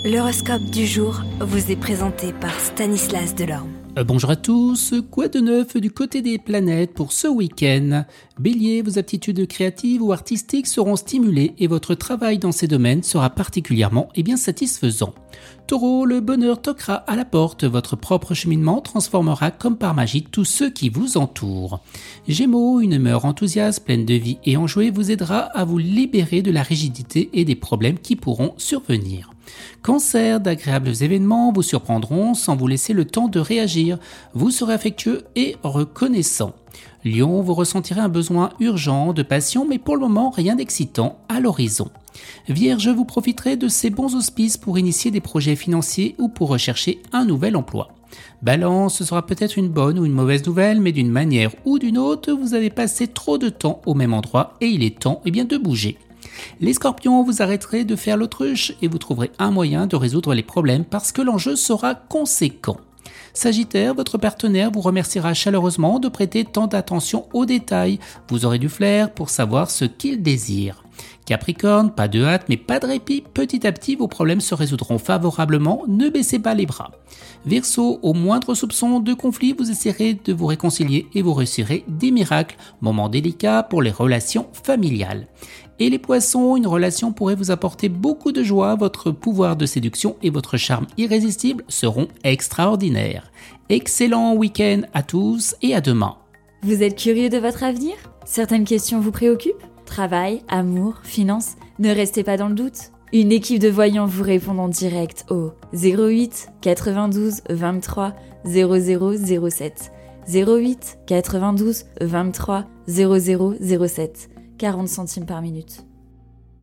L'horoscope du jour vous est présenté par Stanislas Delorme. Bonjour à tous, quoi de neuf du côté des planètes pour ce week-end ? Bélier, vos aptitudes créatives ou artistiques seront stimulées et votre travail dans ces domaines sera particulièrement satisfaisant. Taureau, le bonheur toquera à la porte, votre propre cheminement transformera comme par magie tous ceux qui vous entourent. Gémeaux, une humeur enthousiaste, pleine de vie et enjouée vous aidera à vous libérer de la rigidité et des problèmes qui pourront survenir. Cancer, d'agréables événements vous surprendront sans vous laisser le temps de réagir. Vous serez affectueux et reconnaissant. Lion, vous ressentirez un besoin urgent de passion, mais pour le moment, rien d'excitant à l'horizon. Vierge, vous profiterez de ces bons auspices pour initier des projets financiers ou pour rechercher un nouvel emploi. Balance, ce sera peut-être une bonne ou une mauvaise nouvelle, mais d'une manière ou d'une autre, vous avez passé trop de temps au même endroit et il est temps de bouger. Les scorpions, vous arrêterez de faire l'autruche et vous trouverez un moyen de résoudre les problèmes parce que l'enjeu sera conséquent. Sagittaire, votre partenaire vous remerciera chaleureusement de prêter tant d'attention aux détails. Vous aurez du flair pour savoir ce qu'il désire. Capricorne, pas de hâte mais pas de répit, petit à petit vos problèmes se résoudront favorablement, ne baissez pas les bras. Verseau, au moindre soupçon de conflit, vous essaierez de vous réconcilier et vous réussirez des miracles, moment délicat pour les relations familiales. Et les poissons, une relation pourrait vous apporter beaucoup de joie, votre pouvoir de séduction et votre charme irrésistible seront extraordinaires. Excellent week-end à tous et à demain. Vous êtes curieux de votre avenir ? Certaines questions vous préoccupent ? Travail, amour, finances ? Ne restez pas dans le doute. Une équipe de voyants vous répond en direct au 08 92 23 0007. 08 92 23 0007. 40 centimes par minute.